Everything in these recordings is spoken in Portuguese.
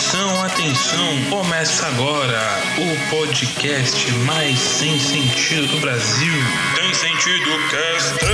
Atenção, atenção, começa agora o podcast mais sem sentido do Brasil. Tem sentido cast.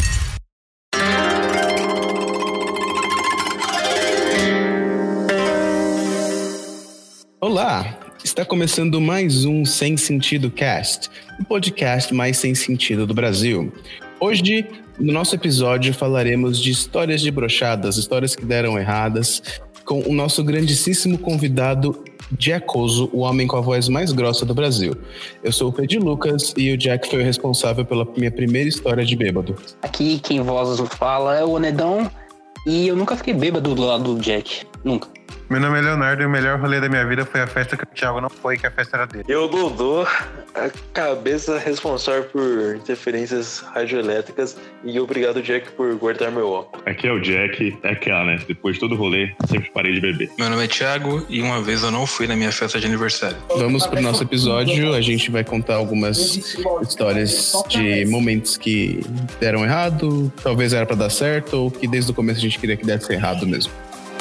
Olá, está começando mais um Sem Sentido Cast, o podcast mais sem sentido do Brasil. Hoje, no nosso episódio, falaremos de histórias de brochadas, histórias que deram erradas, com o nosso grandíssimo convidado Jackoso, o homem com a voz mais grossa do Brasil. Eu sou o Pedro Lucas e o Jack foi o responsável pela minha primeira história de bêbado. Aqui quem voz fala é o Onedão e eu nunca fiquei bêbado do lado do Jack, nunca. Meu nome é Leonardo e o melhor rolê da minha vida foi a festa que o Thiago não foi, que a festa era dele. Eu, Dodô, a cabeça responsável por interferências radioelétricas, e obrigado, Jack, por guardar meu óculos. Aqui é o Jack, é aquela, né? Depois de todo o rolê, sempre parei de beber. Meu nome é Thiago e uma vez eu não fui na minha festa de aniversário. Vamos pro nosso episódio, a gente vai contar algumas histórias de momentos que deram errado, talvez era pra dar certo, ou que desde o começo a gente queria que desse errado mesmo.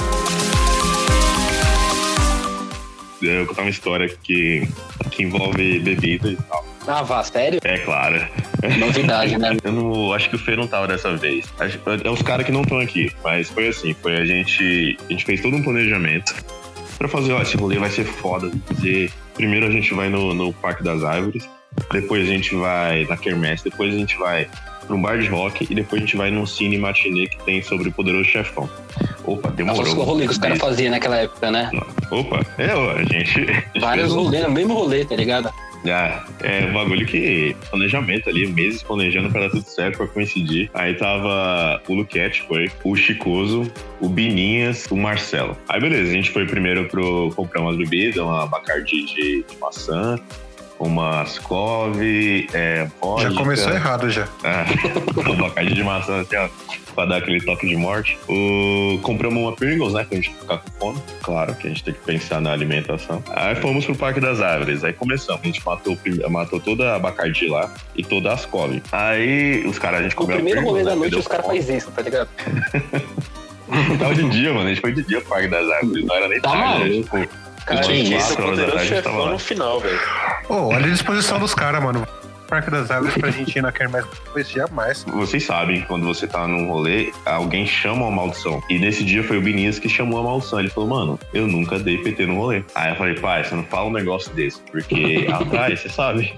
Eu vou contar uma história que envolve bebida e tal. Ah, vá, sério? É claro. Novidade, né? Eu não, acho que o Fê não tava dessa vez. É os caras que não estão aqui, mas foi assim, a gente fez todo um planejamento pra fazer, ó, esse rolê vai ser foda. Primeiro a gente vai no Parque das Árvores, depois a gente vai na Quermesse, depois a gente vai num bar de rock e depois a gente vai num cine matinê que tem sobre o Poderoso Chefão. Opa, demorou. Nossa, o rolê que os caras faziam naquela época, né? Opa, a gente... Vários rolês, no mesmo rolê, tá ligado? É um bagulho que planejamento ali, meses planejando pra dar tudo certo, pra coincidir. Aí tava o Luquete, o Chicoso, o Bininhas, o Marcelo. Aí beleza, a gente foi primeiro comprar umas bebidas, uma Bacardi de maçã, uma Ascov, vodka. Já começou errado, já. Uma Bacardi de maçã, assim, ó, pra dar aquele toque de morte. Compramos uma Pringles, né, pra gente ficar com fome. Claro que a gente tem que pensar na alimentação. Aí fomos pro Parque das Árvores, aí começamos. A gente matou toda a Bacardi lá e toda a Ascov. Aí os caras, a gente comeu a Pringles. O primeiro rolê da né, noite os caras fazem isso, tá ligado? Tava de dia, mano, a gente foi de dia pro Parque das Árvores, não era nem tarde, Cara, tinha esse é o 4 horas da Poderoso tarde, Chefão tava no final, velho. Olha a disposição dos caras, mano. Parque das Árvores pra gente ir na Quermesse depois jamais. Vocês sabem que quando você tá num rolê, alguém chama uma maldição. E nesse dia foi o Bininhas que chamou a maldição. Ele falou, mano, eu nunca dei PT no rolê. Aí eu falei, pai, você não fala um negócio desse. Porque, pai, você sabe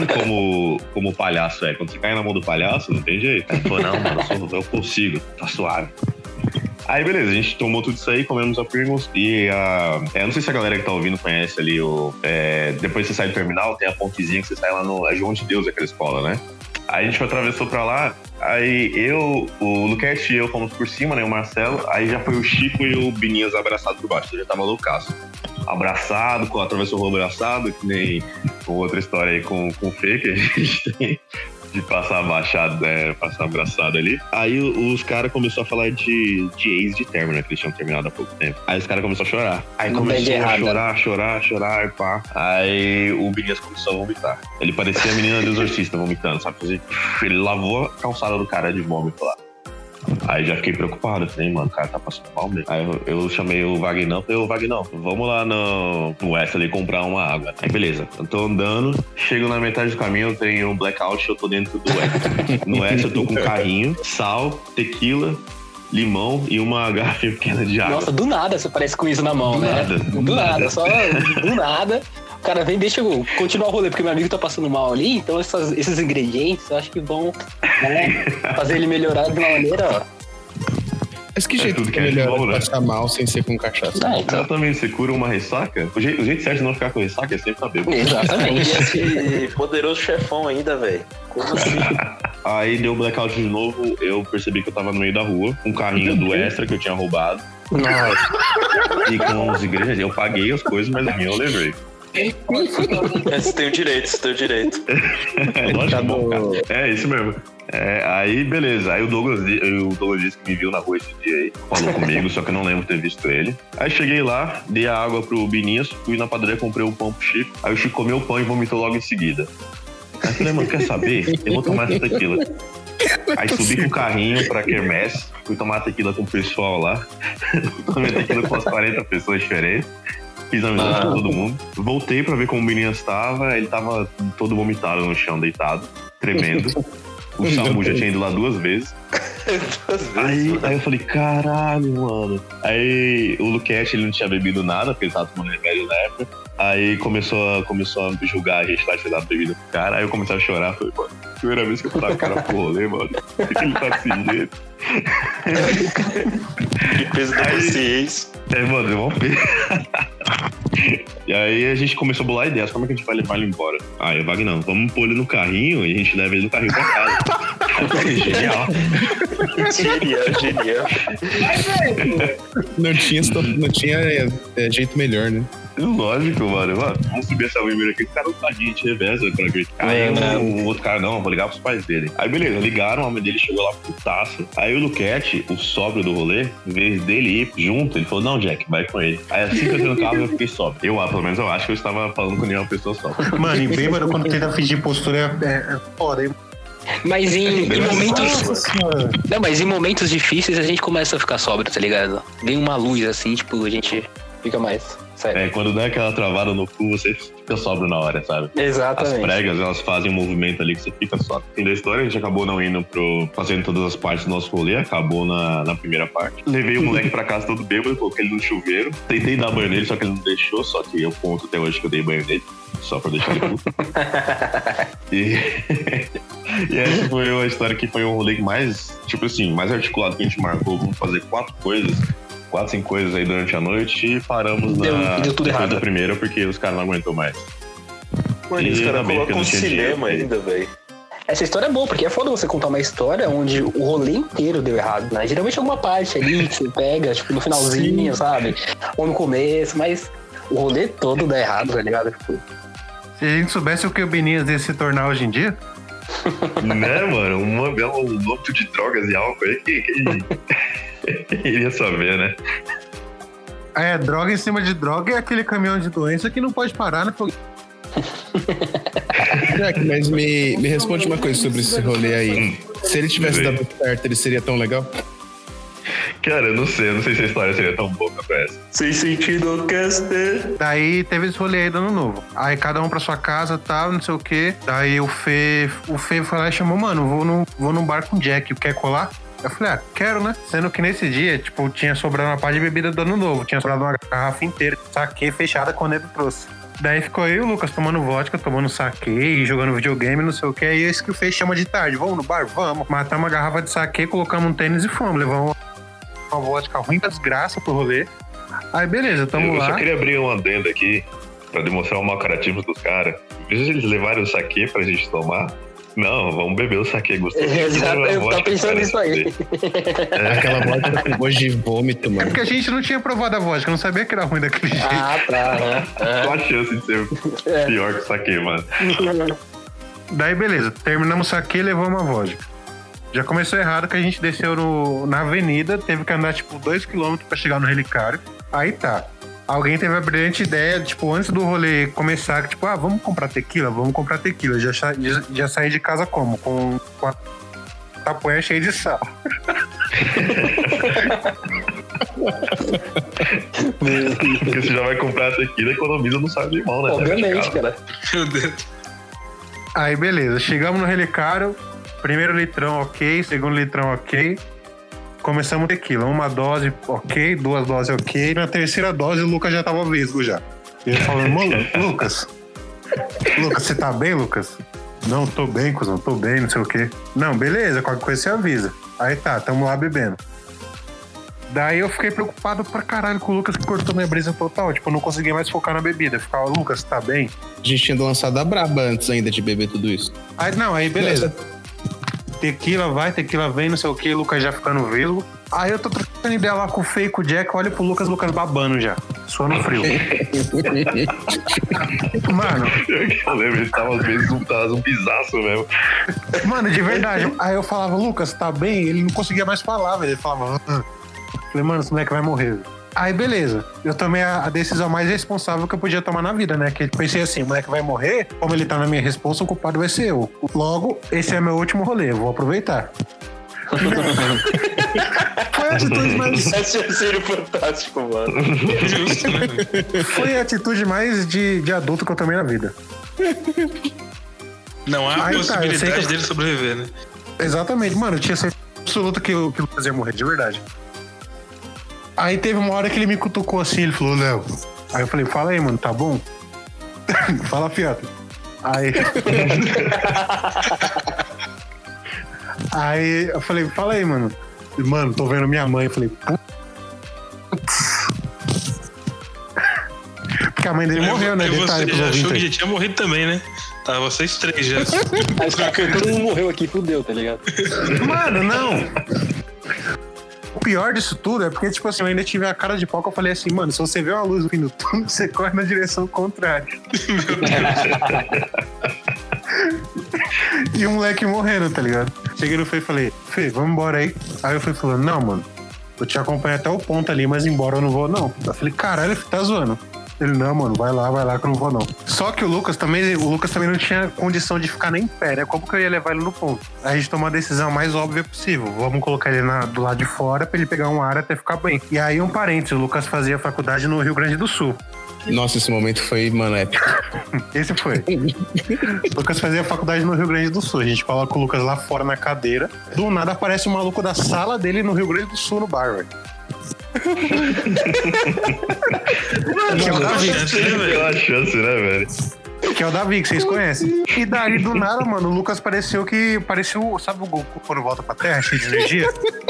como palhaço é. Quando você cai na mão do palhaço, não tem jeito. Aí ele falou, não, mano, eu consigo, tá suave. Aí, beleza, a gente tomou tudo isso aí, comemos a Pringles e eu não sei se a galera que tá ouvindo conhece ali depois que você sai do terminal, tem a pontezinha que você sai lá no... É João de Deus, aquela escola, né? Aí a gente atravessou pra lá, aí o Luquete e eu fomos por cima, né, o Marcelo, aí já foi o Chico e o Bininhas abraçados por baixo, já tava loucaço. Abraçado, atravessou o rolo abraçado, que nem outra história aí com o Fê, que a gente tem... de passar passar abraçado ali. Aí os caras começaram a falar de ex de término, que eles tinham terminado há pouco tempo. Aí os caras começaram a chorar. Aí não começou a chorar, pá. Aí o Bininhas começou a vomitar. Ele parecia a menina do Exorcista vomitando, sabe? Ele lavou a calçada do cara de vômito lá. Aí já fiquei preocupado, falei, mano, o cara tá passando mal mesmo. Aí eu chamei o Vagnão, falei, Vagnão, vamos lá no West ali comprar uma água. Aí beleza, eu tô andando, chego na metade do caminho, eu tenho um blackout, eu tô dentro do West. No West eu tô com um carrinho, sal, tequila, limão e uma garrafa pequena de água. Nossa, do nada você parece com isso na mão, né? Do nada, só do nada. O cara vem, deixa eu continuar o rolê, porque meu amigo tá passando mal ali, então esses ingredientes eu acho que vão, né, fazer ele melhorar de uma maneira, ó. Mas que jeito que é melhor passar mal sem ser com cachaça? Então. Exatamente, você cura uma ressaca. O jeito certo de não ficar com ressaca é sempre saber. Exatamente. Esse Poderoso Chefão ainda, velho. Como assim? Aí deu blackout de novo, eu percebi que eu tava no meio da rua, um carrinho do Extra que eu tinha roubado. Nossa. E com os ingredientes, eu paguei as coisas, mas a minha eu levei. Você tem o direito. Lógico, bom, cara. É isso mesmo. Aí, beleza. Aí o Douglas disse que me viu na rua esse dia aí. Falou comigo, só que eu não lembro ter visto ele. Aí cheguei lá, dei a água pro Bininhas, fui na padaria, comprei um pão pro Chico. Aí o Chico comeu o pão e vomitou logo em seguida. Aí eu falei, mano, quer saber? Eu vou tomar essa tequila. Aí subi com o carrinho pra Quermesse, fui tomar tequila com o pessoal lá. Tomei tequila com umas 40 pessoas diferentes. Fiz amizade com todo mundo. Voltei pra ver como o menino estava. Ele tava todo vomitado no chão, deitado, tremendo. O Samu já tinha ido lá 2 vezes. Aí eu falei, caralho, mano. Aí o Luquete, ele não tinha bebido nada, porque ele tava tomando remédio na época. Aí começou a julgar a gente lá, tinha dado bebida pro cara. Aí eu comecei a chorar, falei, mano, primeira vez que eu tava cara pro rolê, mano. Por que ele tá desse jeito? Que peso da consciência. Mano, deu uma peso. E aí a gente começou a bolar ideias, como é que a gente vai levar ele embora? Aí o Wagner, não, vamos pôr ele no carrinho e a gente leva ele no carrinho pra casa. Genial. Genial. Não tinha jeito melhor, né? Lógico, mano. Vamos subir essa primeira aqui, o cara não tá, a gente reveza pra ver. Aí o outro cara, não, vou ligar pros pais dele. Aí beleza, ligaram, a mãe dele chegou lá putaço. Aí o Luquete, o sóbrio do rolê, em vez dele ir junto, ele falou, não, Jack, vai com ele. Aí assim que eu entrei no carro, eu fiquei sóbrio. Pelo menos eu acho que eu estava falando com nenhuma pessoa sóbria. Mano, e bêbado quando tenta fingir postura é foda, hein? Mas em momentos. Nossa senhora. Não, mas em momentos difíceis a gente começa a ficar sóbrio, tá ligado? Vem uma luz assim, tipo, a gente fica mais. Sério. Quando dá aquela travada no cu, você fica sóbrio na hora, sabe? Exatamente. As pregas, elas fazem um movimento ali que você fica sóbrio. Fim da história, a gente acabou não indo fazendo todas as partes do nosso rolê, acabou na primeira parte. Levei o moleque pra casa todo bêbado, coloquei ele no chuveiro. Tentei dar banho nele, só que ele não deixou, só que eu conto até hoje que eu dei banho nele. Só pra deixar ele puto. E essa foi uma história que foi um rolê mais, tipo assim, mais articulado que a gente marcou. Vamos fazer 4, 5 coisas aí durante a noite e paramos deu tudo errado da primeira porque os caras não aguentou mais. Mano, os caras colocam um cinema ainda, velho. Essa história é boa, porque é foda você contar uma história onde o rolê inteiro deu errado, né? Geralmente alguma parte ali que você pega, tipo, no finalzinho, sabe? Ou no começo, mas o rolê todo dá errado, tá ligado? Se a gente soubesse o que o Benias ia se tornar hoje em dia... Né, mano? Um monte de drogas e álcool aí que iria saber, né? Droga em cima de droga é aquele caminhão de doença que não pode parar, né? Jack, mas me responde uma coisa sobre esse rolê aí. Se ele tivesse dado certo, ele seria tão legal? Cara, eu não sei se a história seria tão boa pra essa. Sem sentido, caster. Daí teve esse rolê aí do ano novo. Aí cada um pra sua casa, tal, não sei o quê. Daí o Fê foi lá e chamou, mano, vou num bar com o Jack, quer colar? Eu falei, quero, né? Sendo que nesse dia, tipo, tinha sobrado uma parte de bebida do ano novo. Tinha sobrado uma garrafa inteira, saquê fechada quando ele trouxe. Daí ficou eu e o Lucas tomando vodka, tomando saquê, jogando videogame, não sei o que. Aí esse que o Fê chama de tarde. Vamos no bar? Vamos. Matamos uma garrafa de saquê, colocamos um tênis e fomos. Levamos uma vodka ruim da desgraça pro rolê. Aí beleza, tamo lá. Eu só queria abrir um adendo aqui pra demonstrar o mau caratismo dos caras. Em vez de eles levarem o saquê pra gente tomar, não, vamos beber o saquê gostoso. Exato, eu tava pensando nisso aí. Aquela vodka com gosto de vômito, mano. É porque a gente não tinha provado a vodka, não sabia que era ruim daquele jeito. Tá. Qual a chance de ser pior que o saquê, mano? Daí beleza, terminamos o saquê e levamos a vodka. Já começou errado que a gente desceu na avenida, teve que andar tipo 2 km pra chegar no relicário. Aí tá. Alguém teve a brilhante ideia, tipo, antes do rolê começar, que tipo, vamos comprar tequila? Vamos comprar tequila. Já saí de casa como? Com a tapoé cheia de sal. Porque você já vai comprar tequila e economiza no sal de limão, né? Obviamente, cara. Meu Deus. Aí beleza, chegamos no relicário, primeiro litrão ok, segundo litrão ok. Começamos tequila, 1 dose ok, 2 doses ok. Na terceira dose o Lucas já tava vesgo já. E ele falando, mano, Lucas, você tá bem, Lucas? Não, tô bem, cuzão, tô bem, não sei o quê. Não, beleza, qualquer coisa você avisa. Aí tá, tamo lá bebendo. Daí eu fiquei preocupado pra caralho com o Lucas, que cortou minha brisa total. Tipo, eu não conseguia mais focar na bebida. Ficava, Lucas, tá bem? A gente tinha lançado a braba antes ainda de beber tudo isso. Aí beleza. Tequila vai, tequila vem, não sei o que, Lucas já ficando vesgo. Aí eu tô trocando ideia lá com o Fê e com o Jack, olha pro Lucas babando já, suando frio. Mano, eu lembro, ele tava às vezes um zumbizaço mesmo. Mano, de verdade. Aí eu falava, Lucas, tá bem? Ele não conseguia mais falar, velho. Ele falava, Falei, mano, esse moleque vai morrer, velho. Aí, beleza. Eu tomei a decisão mais responsável que eu podia tomar na vida, né? Que eu pensei assim, o moleque vai morrer, como ele tá na minha responsa, o culpado vai ser eu. Logo, esse é meu último rolê, eu vou aproveitar. Foi a atitude mais... Esse seria fantástico, mano. Justo, né? Foi a atitude mais de adulto que eu tomei na vida. Não há Aí tá, eu possibilidade sei que- dele sobreviver, né? Exatamente, mano, eu tinha certeza absoluta que o Lucas ia morrer, de verdade. Aí teve uma hora que ele me cutucou assim, ele falou, Léo. Aí eu falei, fala aí, mano, tá bom? Fala, fiado. Aí... Aí eu falei, fala aí, mano. Mano, tô vendo minha mãe. Eu falei, putz. Porque a mãe dele morreu, né? Porque Detalhe você pros já achou ouvintes que aí. já tinha morrido também, né? Tá, vocês três já. Aí os caras, todo mundo morreu aqui, fudeu, tá ligado? Mano, não. O pior disso tudo é porque, tipo assim, eu ainda tive a cara de pau que eu falei assim, mano, se você vê uma luz no fim do túnel, você corre na direção contrária. E o moleque morrendo, tá ligado? Cheguei no Fê e falei, Fê, vamos embora aí. Aí o Fê falou, não, mano, eu te acompanho até o ponto ali, mas embora eu não vou, não. Eu falei, caralho, Fê, tá zoando. Ele, não, mano, vai lá que eu não vou, não. Só que o Lucas também não tinha condição de ficar nem em pé, né? Como que eu ia levar ele no ponto? Aí a gente tomou a decisão mais óbvia possível. Vamos colocar ele do lado de fora pra ele pegar um ar até ficar bem. E aí, um parênteses, o Lucas fazia faculdade no Rio Grande do Sul. Nossa, esse momento foi, mano, épico. Esse foi. O Lucas fazia faculdade no Rio Grande do Sul. A gente coloca o Lucas lá fora na cadeira. Do nada aparece um maluco da sala dele no Rio Grande do Sul, no bar, velho. Que é o Davi. Pela chance, né, velho? Que é o Davi, que vocês conhecem. E daí, do nada, mano, o Lucas pareceu, sabe o Goku quando volta pra Terra, cheio de energia?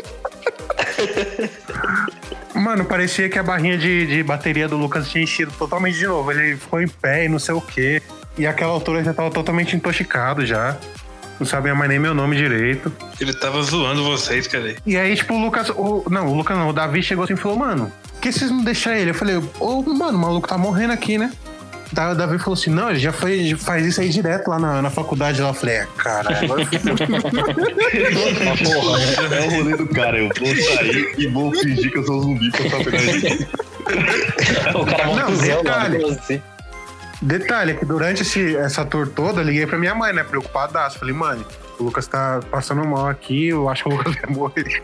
Mano, parecia que a barrinha de bateria do Lucas tinha enchido totalmente de novo. Ele ficou em pé e não sei o quê. E àquela altura já tava totalmente intoxicado já. Não sabia mais nem meu nome direito. Ele tava zoando vocês, cara. E aí, tipo, o Davi chegou assim e falou, mano, por que vocês não deixam ele? Eu falei, mano, o maluco tá morrendo aqui, né? Daí o Davi falou assim, não, ele já faz isso aí direto lá na faculdade. Lá eu falei, caralho, agora eu É o rolê do cara, eu vou sair e vou fingir que eu sou zumbi pra só pegar ele. O cara morre Não, do Zé, detalhe. mano. Assim. Detalhe, é que durante essa tour toda, eu liguei pra minha mãe, né, preocupadaço. Falei, mãe, o Lucas tá passando mal aqui, eu acho que o Lucas vai morrer.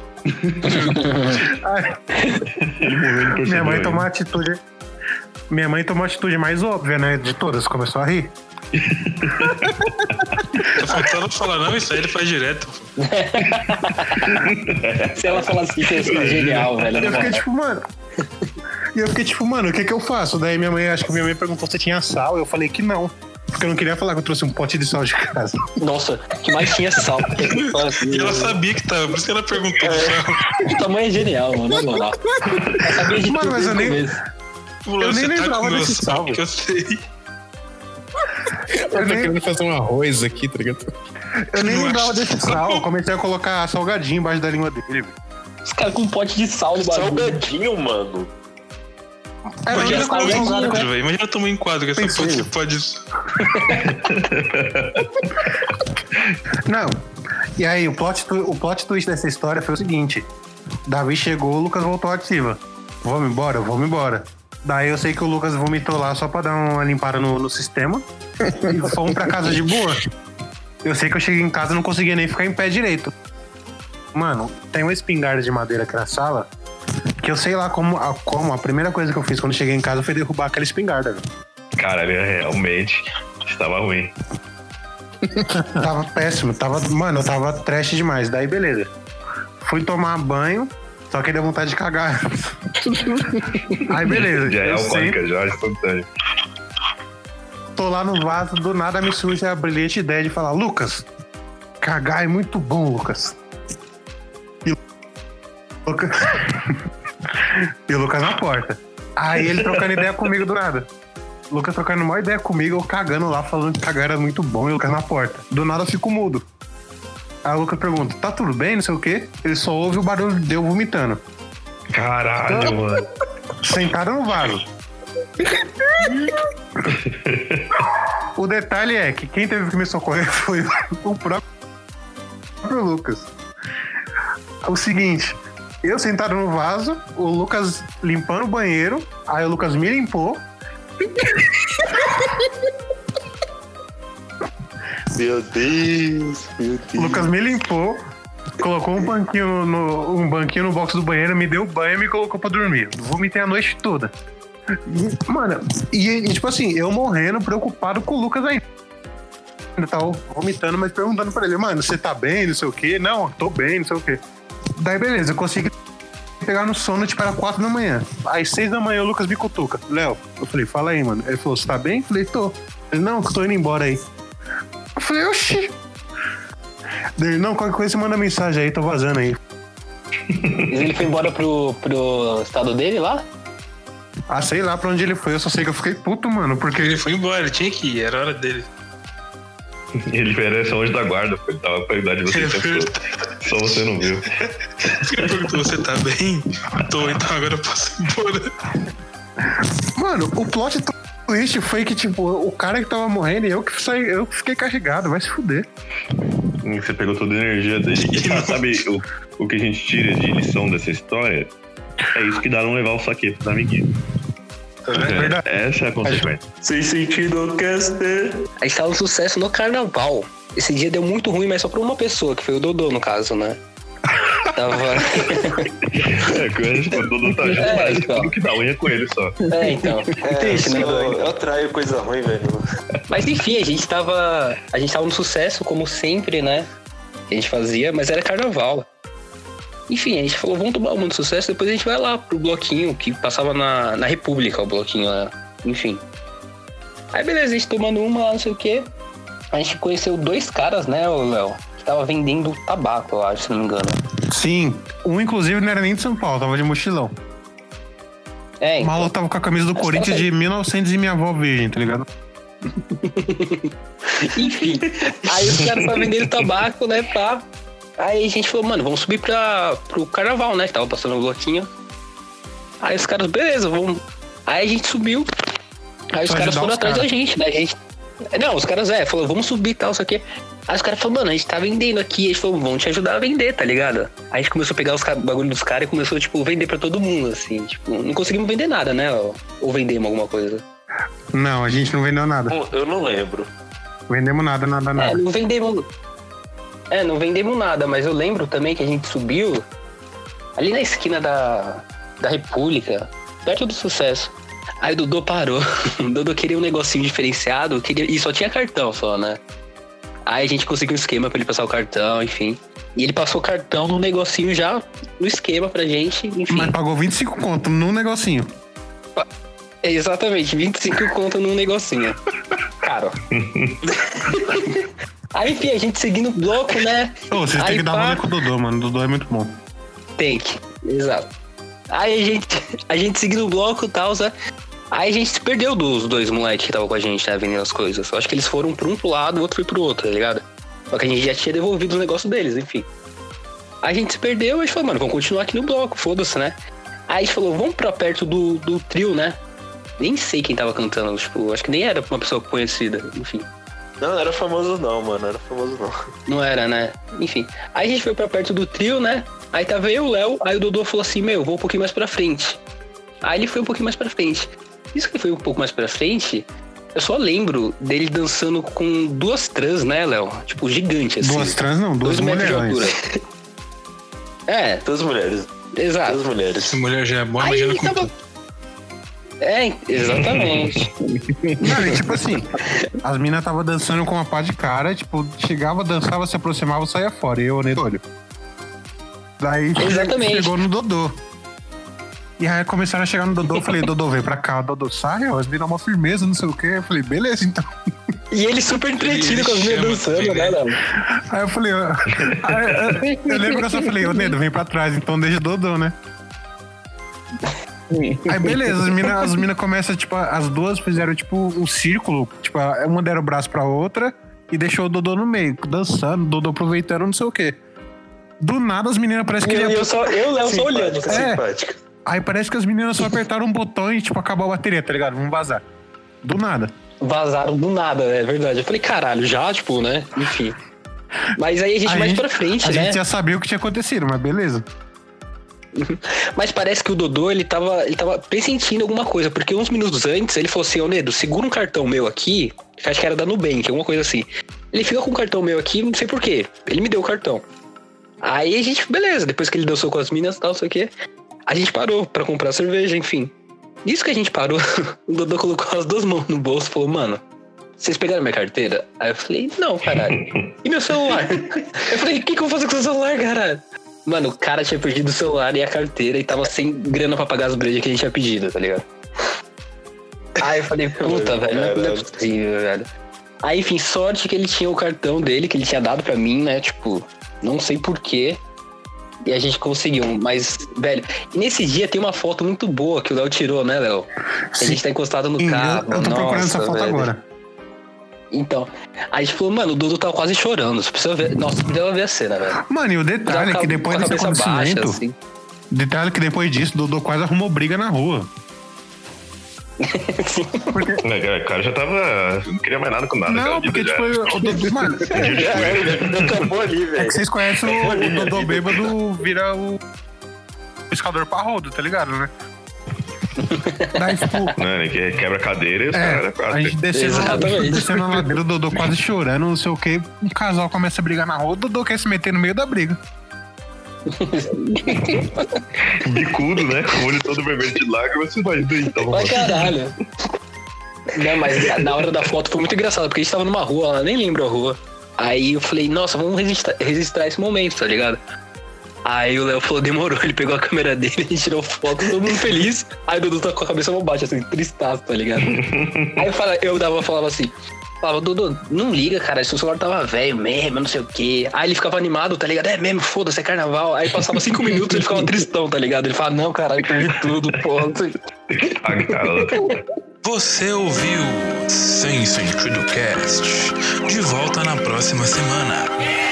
Aí, Ele morreu no minha mãe torcedor, tomou a atitude... Minha mãe tomou a atitude mais óbvia, né, de todas. Começou a rir. Tá faltando falar, não, isso aí ele faz direto. Se ela falar assim, que isso é genial, velho. Eu fiquei tipo, mano, o que que eu faço? Daí acho que minha mãe perguntou se tinha sal. Eu falei que não. Porque eu não queria falar que eu trouxe um pote de sal de casa. Nossa, que mais tinha sal. E ela sabia que tava, por isso que ela perguntou. O tamanho é genial, mano. Na moral. Ela sabia de Mano, tudo mas eu desde o nem- começo. Eu nem lembrava meu desse sal, sal. que eu sei. Eu tô querendo fazer um arroz aqui, tá ligado? Eu nem Não lembrava acho desse sal. Eu comecei a colocar salgadinho embaixo da língua dele, velho. Os caras com um pote de sal no bagulho. Salgadinho, mano. Era a Imagina única tomar coisa um salgada, enquadro, velho. Imagina tomar um enquadro com essa Pensei. porra, você pode isso. Não. E aí, o plot twist dessa história foi o seguinte. Davi chegou, o Lucas voltou ativa. Vamos embora. Daí eu sei que o Lucas vomitou lá só pra dar uma limpada no sistema. E fomos pra casa de boa. Eu sei que eu cheguei em casa e não conseguia nem ficar em pé direito. Mano, tem uma espingarda de madeira aqui na sala que eu sei lá como a primeira coisa que eu fiz quando cheguei em casa foi derrubar aquela espingarda, velho. Caralho, realmente estava ruim. Tava péssimo, mano, eu tava trash demais. Daí, beleza. Fui tomar banho, só que deu vontade de cagar. Aí, beleza. Já é eu alcoólica, já é instantâneo. tô lá no vaso, do nada me surge a brilhante ideia de falar: Lucas, cagar é muito bom, Lucas. E o Lucas, e o Lucas na porta. Aí ele trocando ideia comigo do nada. O Lucas trocando uma ideia comigo, eu cagando lá, falando que cagar era muito bom, e o Lucas na porta. Do nada eu fico mudo. Aí o Lucas pergunta: tá tudo bem, não sei o quê? Ele só ouve o barulho de eu vomitando. Caralho, mano. Sentado no vaso. O detalhe é que quem teve que me socorrer foi o próprio Lucas. O seguinte, eu sentado no vaso, o Lucas limpando o banheiro, aí o Lucas me limpou. Meu Deus, meu O Deus. Lucas me limpou, colocou um banquinho no box do banheiro, me deu banho e me colocou pra dormir. Vomitei a noite toda. Mano, e tipo assim, eu morrendo, preocupado com o Lucas ainda. Eu tava vomitando, mas perguntando pra ele, mano, você tá bem, não sei o quê? Não, tô bem, não sei o quê. Daí beleza, eu consegui pegar no sono, tipo, era 4 da manhã. Às 6 da manhã o Lucas me cutuca. Léo, eu falei, fala aí, mano. Ele falou, você tá bem? Eu falei, tô. Ele, não, tô indo embora aí. Eu falei, oxi. Ele, não, qualquer coisa você manda mensagem aí, tô vazando aí. Ele foi embora pro estado dele lá? Ah, sei lá pra onde ele foi, eu só sei que eu fiquei puto, mano, porque... Ele foi embora, ele tinha que ir, era hora dele. Ele era só anjo da guarda, pô. Ele tava com a idade de você. Só você não viu. Você perguntou, você tá bem? Tô, então agora eu posso ir embora. Mano, o plot twist foi que, tipo, o cara que tava morrendo e eu que fiquei carregado, vai se fuder. Você pegou toda a energia dele. E sabe o que a gente tira de lição dessa história? É isso que dá não levar o saque pros amiguinhos. Essa é a consequência. Sem sentido, Caster. A gente tava um sucesso no carnaval. Esse dia deu muito ruim, mas só pra uma pessoa, que foi o Dodô, no caso, né? Tava... Coisa, o Dodô tá junto, mas então. tudo que dá ruim é com ele só. Então. Triste, né? Eu atraio coisa ruim, velho. Mas enfim, a gente tava no sucesso, como sempre, né? Que a gente fazia, mas era carnaval. Enfim, a gente falou, vamos tomar uma de sucesso, depois a gente vai lá pro bloquinho, que passava na República, o bloquinho lá. Enfim. Aí beleza, a gente tomando uma lá, não sei o quê. A gente conheceu 2 caras, né, Léo? Que tava vendendo tabaco, eu acho, se não me engano. Sim, um inclusive não era nem de São Paulo, tava de mochilão. Então. O maluco tava com a camisa do Corinthians de 1900 e minha avó virgem, tá ligado? Enfim, aí os caras estavam vendendo tabaco, né, pá. Aí a gente falou, mano, vamos subir pro carnaval, né, que tava passando um bloquinho. Aí os caras, beleza, vamos. Aí a gente subiu. Aí os caras foram atrás da gente, né, Não, os caras, falou, vamos subir e tal, isso aqui. Aí os caras falaram, mano, a gente tá vendendo aqui. A gente falou, vamos te ajudar a vender, tá ligado? Aí a gente começou a pegar os bagulho dos caras e começou, tipo, vender pra todo mundo, assim. Tipo, não conseguimos vender nada, né? Ou vendemos alguma coisa. Não, a gente não vendeu nada. Eu não lembro. Vendemos nada. Não vendemos... não vendemos nada, mas eu lembro também que a gente subiu ali na esquina da República, perto do Sucesso. Aí o Dodô parou. O Dodô queria um negocinho diferenciado, e só tinha cartão só, né? Aí a gente conseguiu um esquema pra ele passar o cartão, enfim. E ele passou o cartão num negocinho já, no esquema pra gente, enfim. Mas pagou 25 conto num negocinho. Exatamente, 25 conto num negocinho. Caro. Aí, enfim, a gente seguindo o bloco, né? Vocês têm que dar rolê com o Dodô, mano. O Dodô é muito bom. Tem que, exato. Aí a gente seguindo o bloco e tal, né? Aí a gente se perdeu dos 2 moleques que estavam com a gente, né, vendendo as coisas. Eu acho que eles foram pra um pro lado, o outro foi pro outro, tá ligado? Só que a gente já tinha devolvido o negócio deles, enfim. Aí a gente se perdeu e a gente falou, mano, vamos continuar aqui no bloco, foda-se, né? Aí a gente falou, vamos pra perto do trio, né? Nem sei quem tava cantando, tipo, acho que nem era uma pessoa conhecida, enfim. Não era famoso não, mano, era famoso não. Não era, né? Enfim. Aí a gente foi pra perto do trio, né? Aí tava eu e o Léo, aí o Dodô falou assim, vou um pouquinho mais pra frente. Aí ele foi um pouquinho mais pra frente. Isso que ele foi um pouco mais pra frente, eu só lembro dele dançando com 2 trans, né, Léo? Tipo, gigante, assim. 2 trans não, 2 mulheres. 2 mulheres. Exato. 2 mulheres. Essa mulher já é boa, Aí imagina com tava... tudo. Exatamente. Não, e tipo assim, as minas tava dançando com uma pá de cara, tipo, chegava, dançava, se aproximava, saia fora. E eu, né, olho. Daí Exatamente. chegou no Dodô. E aí começaram a chegar no Dodô, eu falei, Dodô, vem pra cá. O Dodô sai, as minas uma firmeza, não sei o quê. Eu falei, beleza, então. E ele super entretido com as minas dançando, né, Léo? Aí eu falei, eu lembro que eu só falei, ô Nedo, vem pra trás, então deixa o Dodô, né? Aí beleza, as minas começam, tipo, as 2 fizeram, tipo, um círculo, tipo, uma deram o braço pra outra e deixou o Dodô no meio, dançando, o Dodô aproveitando, não sei o quê. Do nada as meninas parecem que... Eu e o Léo só olhando. Simpática. Aí parece que as meninas só apertaram um botão e, tipo, acabou a bateria, tá ligado? Vamos vazar. Do nada. Vazaram do nada, é verdade. Eu falei, caralho, já, tipo, né? Enfim. Mas aí a gente mais pra frente, né? A gente já sabia o que tinha acontecido, mas beleza. Mas parece que o Dodô, ele tava pressentindo alguma coisa, porque uns minutos antes ele falou assim, ô Nedo, segura um cartão meu aqui, que acho que era da Nubank, alguma coisa assim. Ele fica com o cartão meu aqui, não sei porquê. Ele me deu o cartão. Aí a gente, beleza, depois que ele dançou com as minas e tal, sei o quê, a gente parou pra comprar cerveja, enfim. Nisso que a gente parou, o Dodô colocou as duas mãos no bolso e falou, mano, vocês pegaram minha carteira? Aí eu falei, não, caralho. E meu celular? Eu falei, o que eu vou fazer com o seu celular, caralho? Mano, o cara tinha perdido o celular e a carteira e tava sem grana pra pagar as brejas que a gente tinha pedido, tá ligado? Aí eu falei, puta, velho, não é possível, velho. Aí, enfim, sorte que ele tinha o cartão dele, que ele tinha dado pra mim, né, tipo, não sei porquê. E a gente conseguiu, mas, velho, e nesse dia tem uma foto muito boa que o Léo tirou, né, Léo? A gente tá encostado no carro. Eu tô procurando essa foto agora. Então, aí a gente falou, mano, o Dudu tava quase chorando. Você precisa ver. Nossa, deu ver a cena, velho. Mano, e o detalhe é que depois desse acontecimento. Baixa, assim. Detalhe que depois disso, o Dudu quase arrumou briga na rua. Porque... O cara já tava. Não queria mais nada com nada. Não, porque tipo, o Dudu. Mano, acabou ali, velho. É que vocês conhecem o Dudu bêbado vira o pescador parrudo, tá ligado, né? Daí, tipo, não, ele quebra a cadeira e os caras quase. A gente descendo na ladeira, o Dodô quase chorando, não sei o que. Um casal começa a brigar na rua, o Dodô quer se meter no meio da briga. Bicudo, né? Com o olho todo vermelho de lágrimas, você vai então. Mas caralho. Não, mas na hora da foto foi muito engraçado, porque a gente tava numa rua, ela nem lembra a rua. Aí eu falei, nossa, vamos registrar esse momento, tá ligado? Aí o Léo falou, demorou, ele pegou a câmera dele e tirou foto, todo mundo feliz. Aí o Dudu tá com a cabeça no baixo, assim, tristaço, tá ligado? Aí falava assim, Dudu, não liga, cara, seu celular tava velho mesmo, não sei o quê. Aí ele ficava animado, tá ligado? É mesmo, foda-se, é carnaval. Aí passava 5 minutos ele ficava tristão, tá ligado? Ele falava, não, caralho, perdi tudo, porra, não sei. Você ouviu Sem Sentido Cast. De volta na próxima semana.